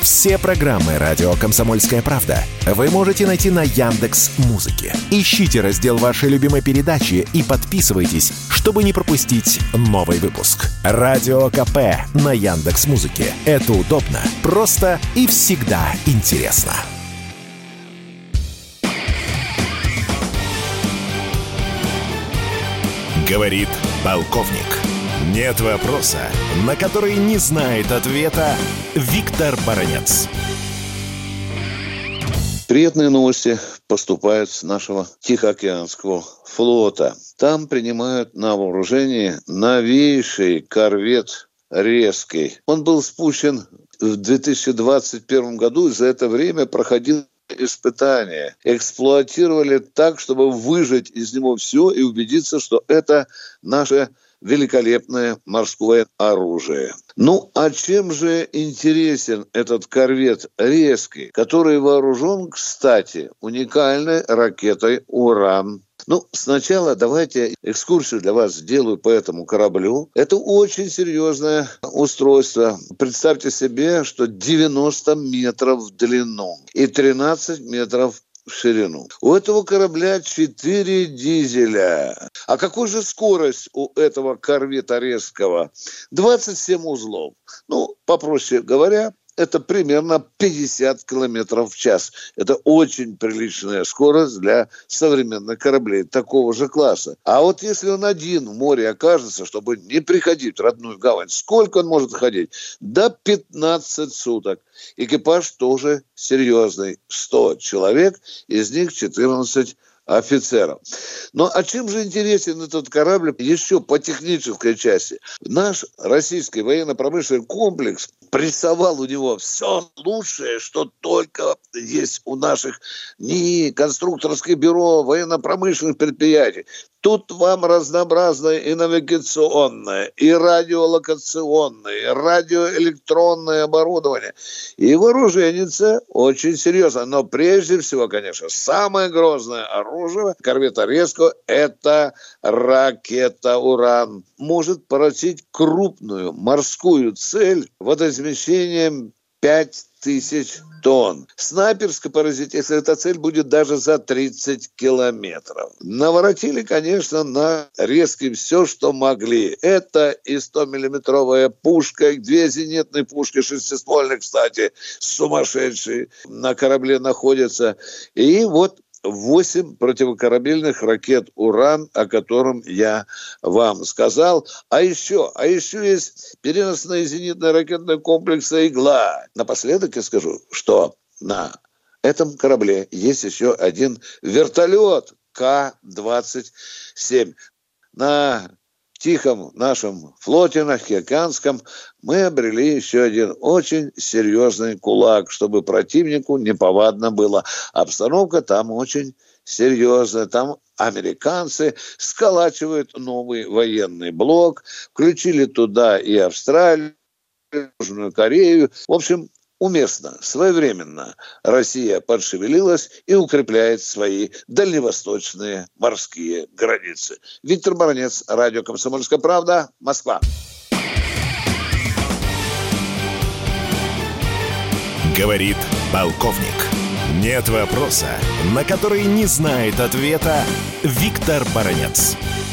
Все программы «Радио Комсомольская правда» вы можете найти на Яндекс.Музыке. Ищите раздел вашей любимой передачи и подписывайтесь, чтобы не пропустить новый выпуск. Радио КП на Яндекс.Музыке. Это удобно, просто и всегда интересно. Говорит полковник. Нет вопроса, на который не знает ответа Виктор Баранец. Приятные новости поступают с нашего Тихоокеанского флота. Там принимают на вооружение новейший корвет «Резкий». Он был спущен в 2021 году и за это время проходил испытания. Эксплуатировали так, чтобы выжать из него все и убедиться, что это наше великолепное морское оружие. Ну, а чем же интересен этот корвет «Резкий», который вооружен, кстати, уникальной ракетой «Уран»? Ну, сначала давайте экскурсию для вас сделаю по этому кораблю. Это очень серьезное устройство. Представьте себе, что 90 метров в длину и 13 метров в ширину. У этого корабля 4 дизеля. А какой же скорость у этого корвета «Резкого»? 27 узлов. Ну, попроще говоря, это примерно 50 километров в час. Это очень приличная скорость для современных кораблей такого же класса. А вот если он один в море окажется, чтобы не приходить в родную гавань, сколько он может ходить? До 15 суток. Экипаж тоже серьезный. 100 человек, из них 14 офицеров. Ну, а чем же интересен этот корабль еще по технической части? Наш российский военно-промышленный комплекс прессовал у него все лучшее, что только есть у наших НИИ, конструкторских бюро, военно-промышленных предприятий. Тут вам разнообразное и навигационное, и радиолокационное, и радиоэлектронное оборудование. И вооруженится очень серьезно. Но прежде всего, конечно, самое грозное оружие корвета «Резкого» – это ракета «Уран». Может поразить крупную морскую цель водоизмещением 5000 тонн. Снайперски поразить, если эта цель будет даже за 30 километров. Наворотили, конечно, на «Резкий» все, что могли. Это и 100-миллиметровая пушка, и 2 зенитные пушки, шестиствольные, кстати, сумасшедшие, на корабле находятся. И вот 8 противокорабельных ракет «Уран», о котором я вам сказал. А еще есть переносные зенитные ракетные комплексы «Игла». Напоследок я скажу, что на этом корабле есть еще один вертолет К-27. На Тихом нашем флоте, на Тихоокеанском, мы обрели еще один очень серьезный кулак, чтобы противнику неповадно было. Обстановка там очень серьезная. Там американцы сколачивают новый военный блок, включили туда и Австралию, и Южную Корею. В общем, уместно, своевременно Россия подшевелилась и укрепляет свои дальневосточные морские границы. Виктор Баранец, радио «Комсомольская правда», Москва. Говорит полковник. Нет вопроса, на который не знает ответа Виктор Баранец.